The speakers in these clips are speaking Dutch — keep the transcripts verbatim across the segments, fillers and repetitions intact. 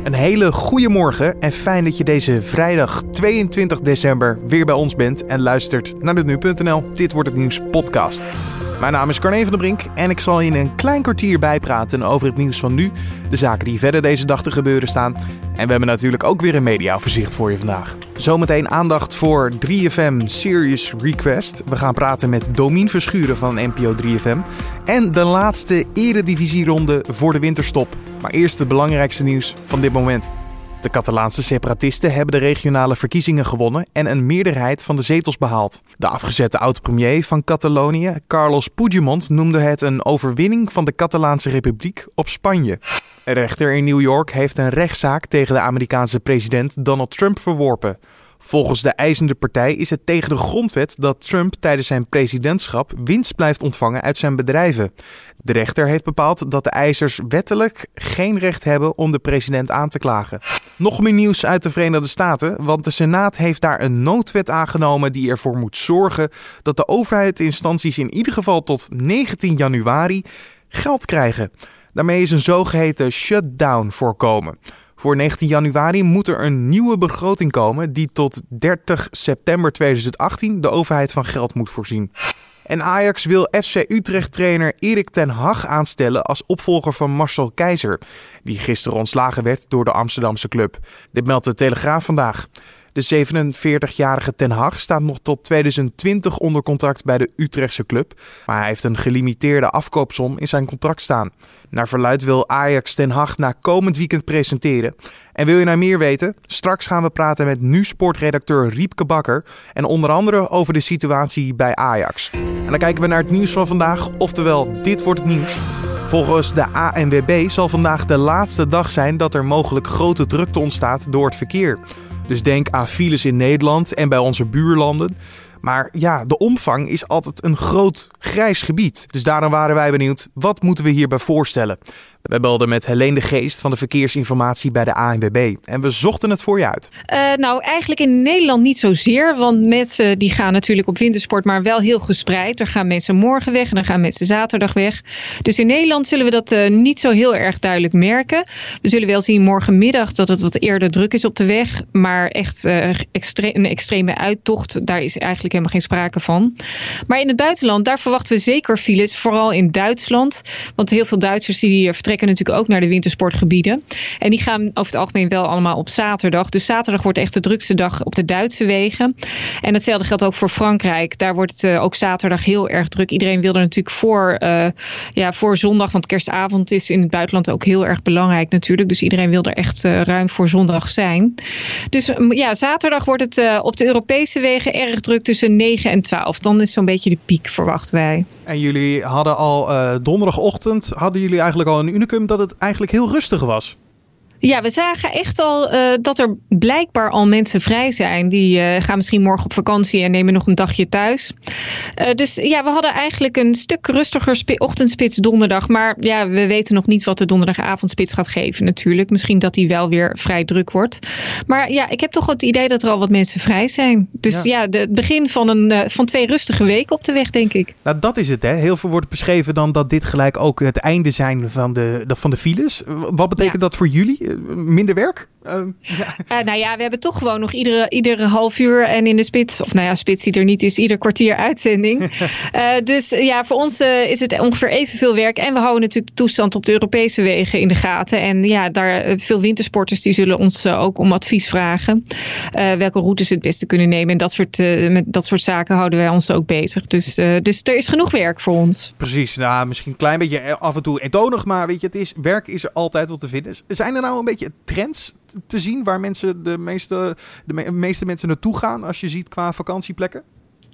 Een hele goede morgen en fijn dat je deze vrijdag tweeëntwintig december weer bij ons bent en luistert naar de nu punt n l. Dit wordt het nieuws podcast. Mijn naam is Carne van der Brink en ik zal je in een klein kwartier bijpraten over het nieuws van nu, de zaken die verder deze dag te gebeuren staan. En we hebben natuurlijk ook weer een mediaoverzicht voor je vandaag. Zometeen aandacht voor drie F M Serious Request. We gaan praten met Domien Verschuren van N P O drie F M. En de laatste eredivisieronde voor de winterstop. Maar eerst het belangrijkste nieuws van dit moment. De Catalaanse separatisten hebben de regionale verkiezingen gewonnen en een meerderheid van de zetels behaald. De afgezette oud-premier van Catalonië, Carles Puigdemont, noemde het een overwinning van de Catalaanse Republiek op Spanje. Een rechter in New York heeft een rechtszaak tegen de Amerikaanse president Donald Trump verworpen. Volgens de eisende partij is het tegen de grondwet dat Trump tijdens zijn presidentschap winst blijft ontvangen uit zijn bedrijven. De rechter heeft bepaald dat de eisers wettelijk geen recht hebben om de president aan te klagen. Nog meer nieuws uit de Verenigde Staten, want de Senaat heeft daar een noodwet aangenomen die ervoor moet zorgen dat de overheidsinstanties in ieder geval tot negentien januari geld krijgen. Daarmee is een zogeheten shutdown voorkomen. Voor negentien januari moet er een nieuwe begroting komen die tot dertig september tweeduizend achttien de overheid van geld moet voorzien. En Ajax wil F C Utrecht-trainer Erik ten Hag aanstellen als opvolger van Marcel Keizer, die gisteren ontslagen werd door de Amsterdamse club. Dit meldt de Telegraaf vandaag. De zevenenveertigjarige Ten Hag staat nog tot tweeduizend twintig onder contract bij de Utrechtse club, maar hij heeft een gelimiteerde afkoopsom in zijn contract staan. Naar verluidt wil Ajax Ten Hag na komend weekend presenteren. En wil je nou meer weten? Straks gaan we praten met nu-sportredacteur Riepke Bakker en onder andere over de situatie bij Ajax. En dan kijken we naar het nieuws van vandaag, oftewel dit wordt het nieuws. Volgens de A N W B zal vandaag de laatste dag zijn dat er mogelijk grote drukte ontstaat door het verkeer. Dus denk aan files in Nederland en bij onze buurlanden. Maar ja, de omvang is altijd een groot grijs gebied. Dus daarom waren wij benieuwd, wat moeten we hierbij voorstellen? We belden met Helene de Geest van de verkeersinformatie bij de A N W B. En we zochten het voor je uit. Uh, nou, eigenlijk in Nederland niet zozeer. Want mensen die gaan natuurlijk op wintersport, maar wel heel gespreid. Er gaan mensen morgen weg en dan gaan mensen zaterdag weg. Dus in Nederland zullen we dat uh, niet zo heel erg duidelijk merken. We zullen wel zien morgenmiddag dat het wat eerder druk is op de weg. Maar echt uh, extre- een extreme uittocht, daar is eigenlijk helemaal geen sprake van. Maar in het buitenland, daar verwachten we zeker files. Vooral in Duitsland. Want heel veel Duitsers die hier vertrekken natuurlijk ook naar de wintersportgebieden. En die gaan over het algemeen wel allemaal op zaterdag. Dus zaterdag wordt echt de drukste dag op de Duitse wegen. En hetzelfde geldt ook voor Frankrijk. Daar wordt het uh, ook zaterdag heel erg druk. Iedereen wil er natuurlijk voor, uh, ja, voor zondag. Want kerstavond is in het buitenland ook heel erg belangrijk natuurlijk. Dus iedereen wil er echt uh, ruim voor zondag zijn. Dus um, ja, zaterdag wordt het uh, op de Europese wegen erg druk tussen negen en twaalf. Dan is zo'n beetje de piek, verwachten wij. En jullie hadden al uh, donderdagochtend, hadden jullie eigenlijk al een unicum dat het eigenlijk heel rustig was. Ja, we zagen echt al uh, dat er blijkbaar al mensen vrij zijn. Die uh, gaan misschien morgen op vakantie en nemen nog een dagje thuis. Uh, dus ja, we hadden eigenlijk een stuk rustiger sp- ochtendspits donderdag. Maar ja, we weten nog niet wat de donderdagavondspits gaat geven natuurlijk. Misschien dat die wel weer vrij druk wordt. Maar ja, ik heb toch het idee dat er al wat mensen vrij zijn. Dus ja, ja de, het begin van, een, uh, van twee rustige weken op de weg, denk ik. Nou, dat is het, hè. Heel veel wordt beschreven dan dat dit gelijk ook het einde zijn van de, de, van de files. Wat betekent ja. dat voor jullie? Minder werk? Uh, ja. uh, nou ja, we hebben toch gewoon nog iedere, iedere half uur en in de spits, of nou ja, spits die er niet is, ieder kwartier uitzending. uh, dus uh, ja, voor ons uh, is het ongeveer evenveel werk. En we houden natuurlijk de toestand op de Europese wegen in de gaten. En ja, daar uh, veel wintersporters die zullen ons uh, ook om advies vragen. Uh, welke routes ze het beste kunnen nemen. En dat soort, uh, met dat soort zaken houden wij ons ook bezig. Dus, uh, dus er is genoeg werk voor ons. Precies, nou misschien een klein beetje af en toe eentonig, maar weet je, het is, werk is er altijd wat te vinden. Zijn er nou een beetje trends te zien waar mensen de meeste, de me- meeste mensen naartoe gaan als je ziet qua vakantieplekken?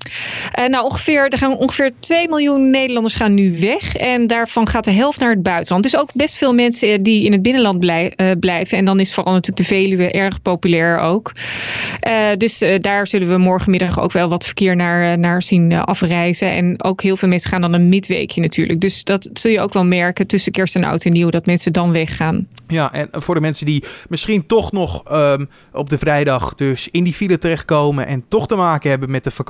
Uh, nou, ongeveer, er gaan ongeveer twee miljoen Nederlanders gaan nu weg. En daarvan gaat de helft naar het buitenland. Dus ook best veel mensen die in het binnenland blij, uh, blijven. En dan is vooral natuurlijk de Veluwe erg populair ook. Uh, dus uh, daar zullen we morgenmiddag ook wel wat verkeer naar, uh, naar zien uh, afreizen. En ook heel veel mensen gaan dan een midweekje natuurlijk. Dus dat zul je ook wel merken tussen kerst en oud en nieuw. Dat mensen dan weggaan. Ja, en voor de mensen die misschien toch nog um, op de vrijdag dus in die file terechtkomen. En toch te maken hebben met de vakantiedruk.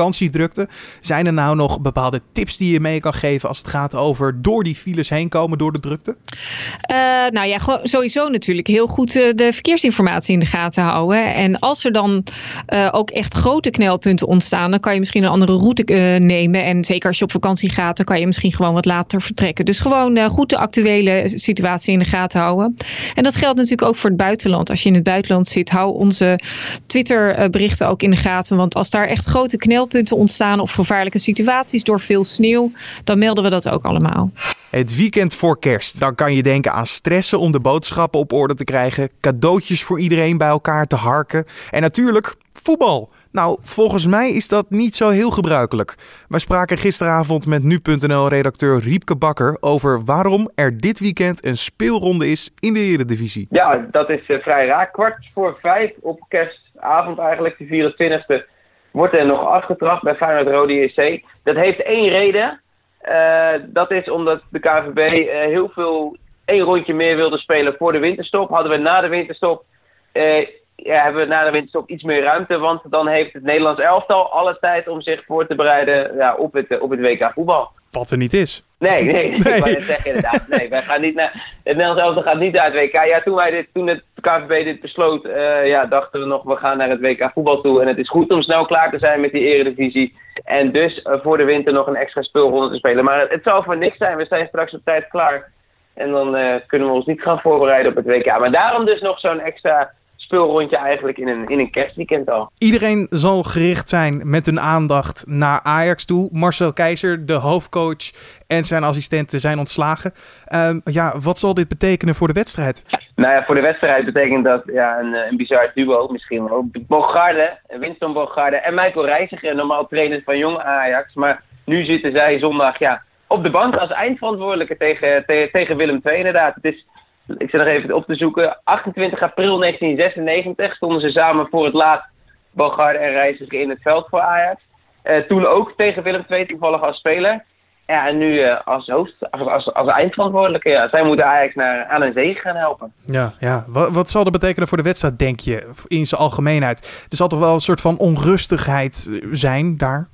drukte. Zijn er nou nog bepaalde tips die je mee kan geven als het gaat over door die files heen komen, door de drukte? Uh, nou ja, gewoon sowieso natuurlijk heel goed uh, de verkeersinformatie in de gaten houden. En als er dan uh, ook echt grote knelpunten ontstaan, dan kan je misschien een andere route uh, nemen. En zeker als je op vakantie gaat, dan kan je misschien gewoon wat later vertrekken. Dus gewoon uh, goed de actuele situatie in de gaten houden. En dat geldt natuurlijk ook voor het buitenland. Als je in het buitenland zit, hou onze Twitter berichten ook in de gaten. Want als daar echt grote knelpunten ontstaan of gevaarlijke situaties door veel sneeuw, dan melden we dat ook allemaal. Het weekend voor kerst. Dan kan je denken aan stressen om de boodschappen op orde te krijgen. Cadeautjes voor iedereen bij elkaar te harken. En natuurlijk voetbal. Nou, volgens mij is dat niet zo heel gebruikelijk. Wij spraken gisteravond met nu punt n l-redacteur Riepke Bakker over waarom er dit weekend een speelronde is in de Eredivisie. Ja, dat is uh, vrij raar. Kwart voor vijf op kerstavond eigenlijk, de vierentwintigste, wordt er nog afgetrapt bij Feyenoord-Rode J C. Dat heeft één reden. Uh, dat is omdat de K V B uh, heel veel één rondje meer wilde spelen voor de winterstop. Hadden we na de winterstop... Uh, Ja, hebben we na de winterstop iets meer ruimte, want dan heeft het Nederlands elftal alle tijd om zich voor te bereiden ja, op, het, op het W K voetbal. Wat er niet is. Nee, nee, nee. nee. Ik wou net zeggen inderdaad. Nee, wij gaan niet naar, het Nederlands elftal gaat niet naar het W K. Ja, toen, wij dit, toen het K V B dit besloot, uh, ja, dachten we nog, we gaan naar het W K voetbal toe. En het is goed om snel klaar te zijn met die Eredivisie. En dus uh, voor de winter nog een extra speelronde te spelen. Maar het, het zal voor niks zijn, we zijn straks op tijd klaar. En dan uh, kunnen we ons niet gaan voorbereiden op het W K. Maar daarom dus nog zo'n extra speelrondje eigenlijk in een, in een kerstweekend al. Iedereen zal gericht zijn met hun aandacht naar Ajax toe. Marcel Keizer, de hoofdcoach, en zijn assistenten zijn ontslagen. Uh, ja, wat zal dit betekenen voor de wedstrijd? Nou ja, voor de wedstrijd betekent dat ja, een, een bizar duo misschien wel. Bogarde, Winston Bogarde en Michael Reiziger, normaal trainer van jong Ajax. Maar nu zitten zij zondag ja, op de bank als eindverantwoordelijke tegen, te, tegen Willem twee inderdaad. Het is... Ik zit nog even op te zoeken. achtentwintig april negentien zesennegentig stonden ze samen voor het laatst, Bogarde en Reiziger, in het veld voor Ajax. Uh, toen ook tegen Willem twee toevallig als speler. Ja, en nu uh, als hoofd, als, als, als eindverantwoordelijke. Ja. Zij moeten Ajax naar, aan een zege gaan helpen. Ja, ja. Wat, wat zal dat betekenen voor de wedstrijd, denk je, in zijn algemeenheid? Er zal toch wel een soort van onrustigheid zijn daar?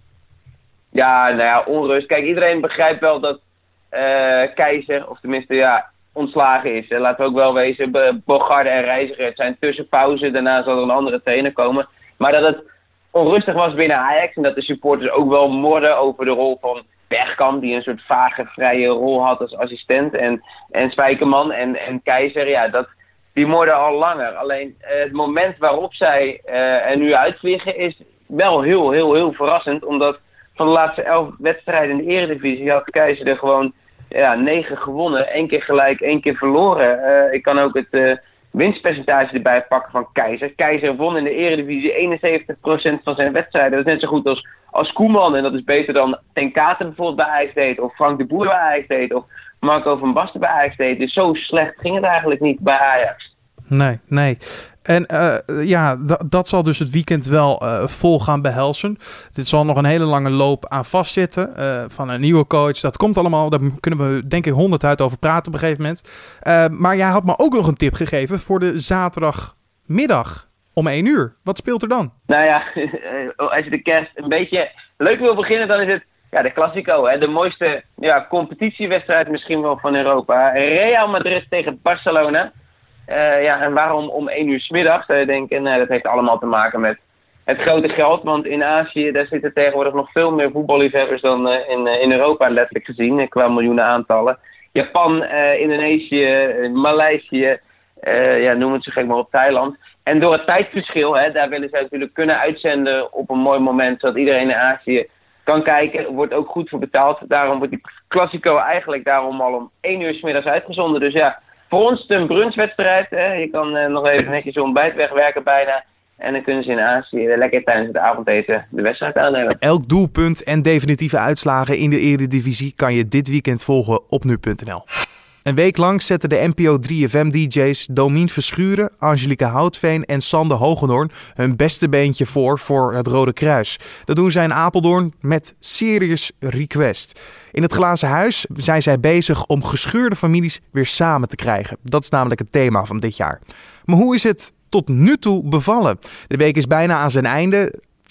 Ja, nou ja, onrust. Kijk, iedereen begrijpt wel dat uh, Keizer, of tenminste ja, ontslagen is. Laten we ook wel wezen, Bogarde en Reiziger, het zijn tussenpauze, daarna zal er een andere trainer komen. Maar dat het onrustig was binnen Ajax en dat de supporters ook wel morden over de rol van Bergkamp, die een soort vage, vrije rol had als assistent, en, en Spijkerman en, en Keizer, ja, dat, die morden al langer. Alleen uh, het moment waarop zij uh, er nu uitvliegen is wel heel, heel, heel verrassend, omdat van de laatste elf wedstrijden in de Eredivisie had Keizer er gewoon ja, negen gewonnen, één keer gelijk, één keer verloren. Uh, ik kan ook het uh, winstpercentage erbij pakken van Keizer. Keizer won in de Eredivisie eenenzeventig procent van zijn wedstrijden. Dat is net zo goed als, als Koeman. En dat is beter dan Ten Katen bijvoorbeeld bij Ajax deed. Of Frank de Boer bij Ajax deed. Of Marco van Basten bij Ajax deed. Dus zo slecht ging het eigenlijk niet bij Ajax. Nee, nee. En uh, ja, d- dat zal dus het weekend wel uh, vol gaan behelzen. Dit zal nog een hele lange loop aan vastzitten. Uh, van een nieuwe coach. Dat komt allemaal. Daar kunnen we denk ik honderd uit over praten op een gegeven moment. Uh, maar jij had me ook nog een tip gegeven voor de zaterdagmiddag om één uur. Wat speelt er dan? Nou ja, als je de kerst een beetje leuk wil beginnen, dan is het ja, de Classico. Hè? De mooiste ja, competitiewedstrijd misschien wel van Europa. Real Madrid tegen Barcelona. Uh, ja, en waarom om één uur 's middags? Zou je denken, nou, dat heeft allemaal te maken met het grote geld. Want in Azië, daar zitten tegenwoordig nog veel meer voetballiefhebbers dan uh, in, uh, in Europa, letterlijk gezien, qua miljoenen aantallen. Japan, uh, Indonesië, uh, Maleisië, uh, ja, noem het zo gek maar op, Thailand. En door het tijdverschil, hè, daar willen ze natuurlijk kunnen uitzenden op een mooi moment, zodat iedereen in Azië kan kijken. Wordt ook goed voor betaald. Daarom wordt die Classico eigenlijk daarom al om één uur 's middags uitgezonden. Dus ja, voor ons is het een brunchwedstrijd. Hè. Je kan uh, nog even netjes ontbijt wegwerken bijna. En dan kunnen ze in Azië uh, lekker tijdens het avondeten de wedstrijd aannemen. Elk doelpunt en definitieve uitslagen in de Eredivisie kan je dit weekend volgen op nu punt n l. Een week lang zetten de N P O drie F M D J's Domien Verschuren, Angelique Houtveen en Sander Hogendoorn hun beste beentje voor voor het Rode Kruis. Dat doen zij in Apeldoorn met Serious Request. In het Glazen Huis zijn zij bezig om gescheurde families weer samen te krijgen. Dat is namelijk het thema van dit jaar. Maar hoe is het tot nu toe bevallen? De week is bijna aan zijn einde.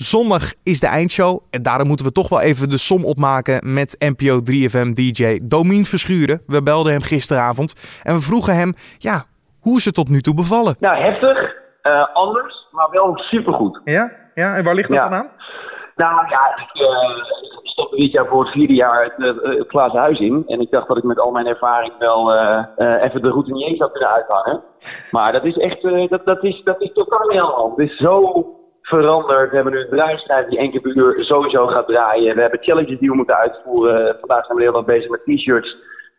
Zondag is de eindshow en daarom moeten we toch wel even de som opmaken met N P O drie F M D J Domien Verschuren. We belden hem gisteravond en we vroegen hem, ja, hoe is het tot nu toe bevallen? Nou, heftig, uh, anders, maar wel supergoed. Ja? Ja, en waar ligt dat ja. dan aan? Nou ja, ik uh, stopte dit jaar voor het vierde jaar het, uh, het glazen huis in. En ik dacht dat ik met al mijn ervaring wel uh, uh, even de routinier zou kunnen uithangen. Maar dat is echt, uh, dat, dat, is, dat is totaal niet aan. Het is zo veranderd. We hebben nu een draaischijf die één keer per uur sowieso gaat draaien. We hebben challenges die we moeten uitvoeren. Vandaag zijn we heel wat bezig met t-shirts.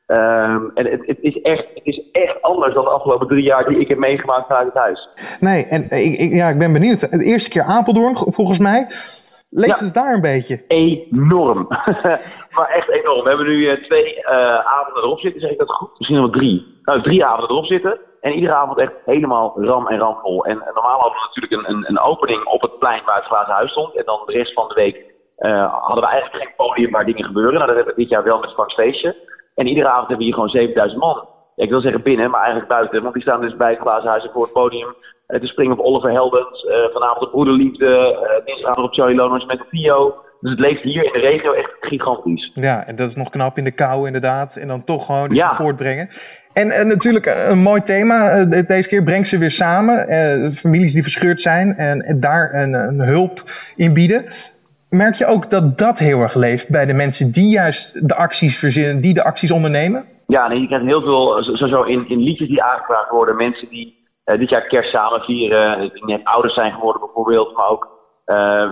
Um, en het, het, is echt, het is echt anders dan de afgelopen drie jaar die ik heb meegemaakt vanuit het huis. Nee, en ik, ik, ja, ik ben benieuwd. De eerste keer Apeldoorn, volgens mij. Leeft ja. het daar een beetje? Enorm. Maar echt enorm. We hebben nu uh, twee uh, avonden erop zitten, zeg ik dat goed? Misschien nog drie. Nou, drie avonden erop zitten. En iedere avond echt helemaal ram en ramvol. En, en normaal hadden we natuurlijk een, een, een opening op het plein waar het glazen huis stond. En dan de rest van de week uh, hadden we eigenlijk geen podium waar dingen gebeuren. Nou, dat hebben we dit jaar wel met Frank's Feestje. En iedere avond hebben we hier gewoon zevenduizend man. Ik wil zeggen binnen, maar eigenlijk buiten. Want die staan dus bij het glazen huis en voor het podium. Uh, te springen op Oliver Heldens. Uh, vanavond op Broederliefde. Uh, dinsdagavond op Charlie Loners met Pio. Dus het leeft hier in de regio echt gigantisch. Ja, en dat is nog knap in de kou inderdaad. En dan toch gewoon ja. voortbrengen. En uh, natuurlijk uh, een mooi thema. Uh, deze keer brengt ze weer samen. Uh, families die verscheurd zijn. En, en daar een, een hulp in bieden. Merk je ook dat dat heel erg leeft bij de mensen die juist de acties verzinnen, die de acties ondernemen? Ja, nee, je krijgt heel veel, sowieso in, in liedjes die aangevraagd worden. Mensen die uh, dit jaar kerst samen vieren, die net ouders zijn geworden bijvoorbeeld. Maar ook uh,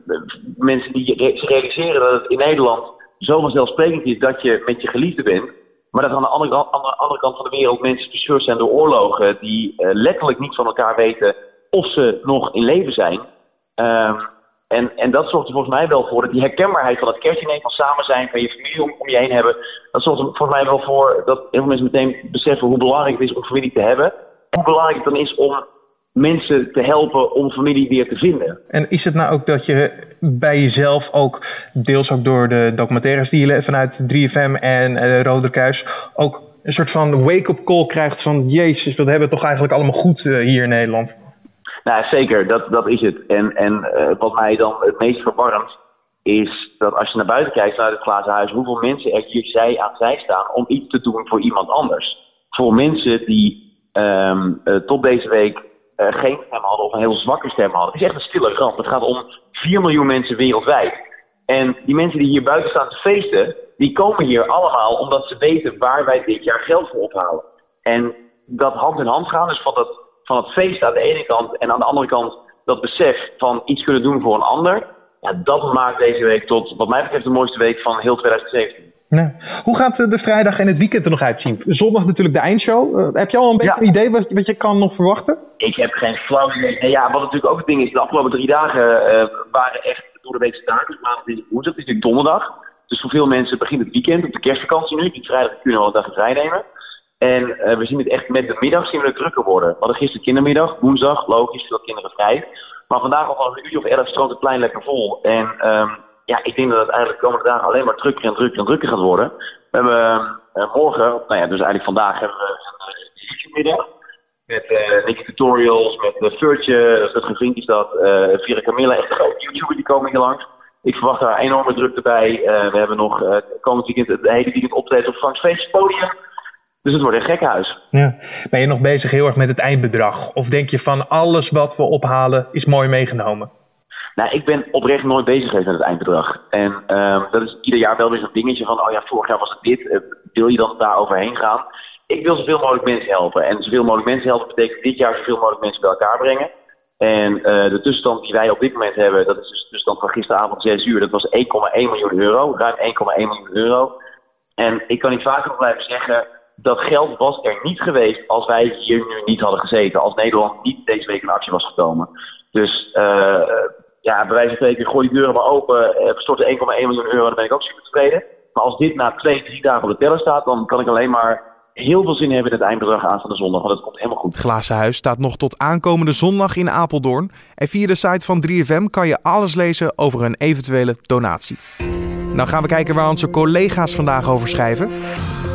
mensen die re- zich realiseren dat het in Nederland zo vanzelfsprekend is dat je met je geliefde bent. Maar dat aan de andere, andere, andere kant van de wereld mensen verscheurd zijn door oorlogen die uh, letterlijk niet van elkaar weten of ze nog in leven zijn. Uh, En, en dat zorgt er volgens mij wel voor dat die herkenbaarheid van het kerstdiner, van samen zijn, van je familie om, om je heen hebben. Dat zorgt er volgens mij wel voor dat heel veel mensen meteen beseffen hoe belangrijk het is om familie te hebben. Hoe belangrijk het dan is om mensen te helpen om familie weer te vinden. En is het nou ook dat je bij jezelf ook, deels ook door de documentaires die je vanuit drie F M en uh, Rode Kruis, ook een soort van wake-up call krijgt van jezus, dat hebben we toch eigenlijk allemaal goed uh, hier in Nederland? Nou, zeker, dat, dat is het. En, en uh, wat mij dan het meest verwarmt, is dat als je naar buiten kijkt vanuit het glazen huis, hoeveel mensen er hier zij aan zij staan om iets te doen voor iemand anders. Voor mensen die um, uh, tot deze week uh, geen stem hadden of een heel zwakke stem hadden. Het is echt een stille ramp. Het gaat om vier miljoen mensen wereldwijd. En die mensen die hier buiten staan te feesten, die komen hier allemaal omdat ze weten waar wij dit jaar geld voor ophalen. En dat hand in hand gaan, dus van dat van het feest aan de ene kant en aan de andere kant dat besef van iets kunnen doen voor een ander. Ja, dat maakt deze week tot wat mij betreft de mooiste week van heel twintig zeventien. Nee. Hoe gaat de vrijdag en het weekend er nog uitzien? Zondag natuurlijk de eindshow. Uh, heb je al een beetje ja. een idee wat, wat je kan nog verwachten? Ik heb geen flauw idee. Nee, ja, wat natuurlijk ook het ding is, de afgelopen drie dagen uh, waren echt door de weekse dagen. Dus maandag, dinsdag, woensdag. Het is natuurlijk donderdag. Dus voor veel mensen begint het weekend op de kerstvakantie nu. Die vrijdag kunnen we wel een dag vrij nemen. En uh, we zien het echt met de middag zien we het drukker worden. We hadden gisteren kindermiddag, woensdag, logisch, veel kinderen vrij. Maar vandaag al van een uur of elf stroomt het plein lekker vol. En um, ja, ik denk dat het eigenlijk de komende dagen alleen maar drukker en drukker en drukker gaat worden. We hebben uh, morgen, nou ja, dus eigenlijk vandaag hebben we een YouTube-middag. Met uh, Nicky Tutorials, met uh, Furtje, dat gevriend is dat. Uh, Vera Camilla, echt grote YouTuber die komen hier langs. Ik verwacht daar enorme drukte bij. Uh, we hebben nog uh, komend weekend het hele weekend optreden op Frank's Feestje podium. Dus het wordt een gekkenhuis. Ja. Ben je nog bezig heel erg met het eindbedrag? Of denk je van alles wat we ophalen is mooi meegenomen? Nou, ik ben oprecht nooit bezig geweest met het eindbedrag. En uh, dat is ieder jaar wel weer zo'n dingetje van, oh ja, vorig jaar was het dit. Uh, wil je dan daar overheen gaan? Ik wil zoveel mogelijk mensen helpen. En zoveel mogelijk mensen helpen betekent dit jaar zoveel mogelijk mensen bij elkaar brengen. En uh, de tussenstand die wij op dit moment hebben, dat is dus de tussenstand van gisteravond zes uur. Dat was één komma één miljoen euro. Ruim één komma één miljoen euro. En ik kan niet vaker nog blijven zeggen, dat geld was er niet geweest als wij hier nu niet hadden gezeten. Als Nederland niet deze week in actie was gekomen. Dus uh, ja, bij wijze van spreken, gooi die deuren maar open. Uh, storten één komma één miljoen euro, dan ben ik ook super tevreden. Maar als dit na twee, drie dagen op de teller staat, dan kan ik alleen maar heel veel zin hebben in het eindbedrag aanstaande zondag. Want dat komt helemaal goed. Het Glazen Huis staat nog tot aankomende zondag in Apeldoorn. En via de site van drie F M kan je alles lezen over een eventuele donatie. Nou gaan we kijken waar onze collega's vandaag over schrijven.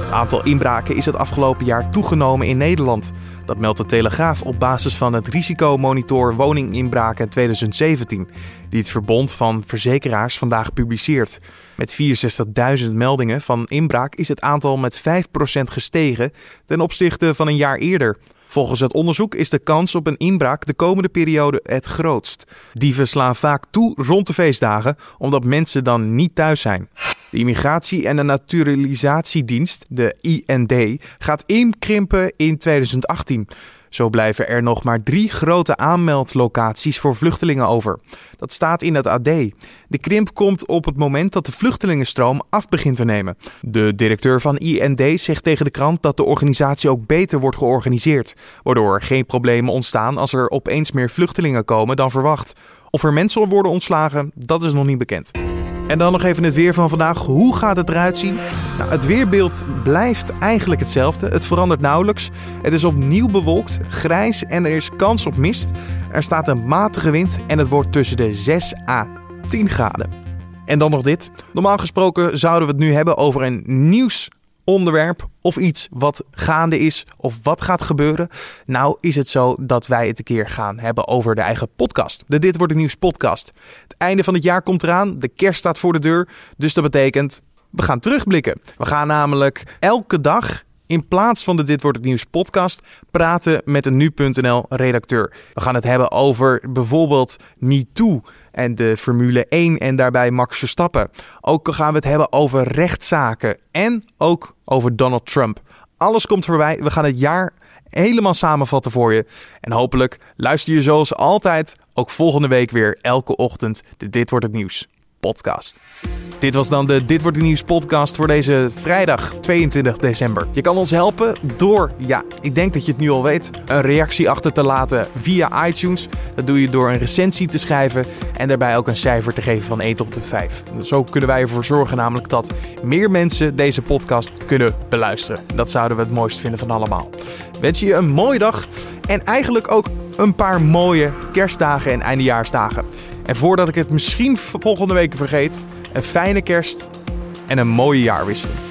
Het aantal inbraken is het afgelopen jaar toegenomen in Nederland. Dat meldt de Telegraaf op basis van het risicomonitor woninginbraken twintig zeventien, die het Verbond van Verzekeraars vandaag publiceert. Met vierenzestigduizend meldingen van inbraak is het aantal met vijf procent gestegen ten opzichte van een jaar eerder. Volgens het onderzoek is de kans op een inbraak de komende periode het grootst. Dieven slaan vaak toe rond de feestdagen, omdat mensen dan niet thuis zijn. De Immigratie- en de Naturalisatiedienst, de I N D, gaat inkrimpen in twintig achttien. Zo blijven er nog maar drie grote aanmeldlocaties voor vluchtelingen over. Dat staat in het A D. De krimp komt op het moment dat de vluchtelingenstroom af begint te nemen. De directeur van I N D zegt tegen de krant dat de organisatie ook beter wordt georganiseerd, waardoor er geen problemen ontstaan als er opeens meer vluchtelingen komen dan verwacht. Of er mensen worden ontslagen, dat is nog niet bekend. En dan nog even het weer van vandaag. Hoe gaat het eruit zien? Nou, het weerbeeld blijft eigenlijk hetzelfde. Het verandert nauwelijks. Het is opnieuw bewolkt, grijs en er is kans op mist. Er staat een matige wind en het wordt tussen de zes à tien graden. En dan nog dit. Normaal gesproken zouden we het nu hebben over een nieuwsonderwerp of iets wat gaande is of wat gaat gebeuren. Nou is het zo dat wij het een keer gaan hebben over de eigen podcast. De Dit Wordt Het Nieuws podcast. Het einde van het jaar komt eraan. De kerst staat voor de deur. Dus dat betekent, we gaan terugblikken. We gaan namelijk elke dag, in plaats van de Dit Wordt Het Nieuws podcast, praten met een nu punt n l redacteur. We gaan het hebben over bijvoorbeeld MeToo en de Formule één en daarbij Max Verstappen. Ook gaan we het hebben over rechtszaken en ook over Donald Trump. Alles komt voorbij. We gaan het jaar helemaal samenvatten voor je. En hopelijk luister je zoals altijd ook volgende week weer elke ochtend de Dit Wordt Het Nieuws podcast. Dit was dan de Dit Wordt Het Nieuws podcast voor deze vrijdag tweeëntwintig december. Je kan ons helpen door, ja, ik denk dat je het nu al weet, een reactie achter te laten via iTunes. Dat doe je door een recensie te schrijven en daarbij ook een cijfer te geven van één tot vijf. Zo kunnen wij ervoor zorgen namelijk dat meer mensen deze podcast kunnen beluisteren. Dat zouden we het mooist vinden van allemaal. Wens je je een mooie dag en eigenlijk ook een paar mooie kerstdagen en eindejaarsdagen. En voordat ik het misschien volgende week vergeet, een fijne kerst en een mooie jaarwisseling.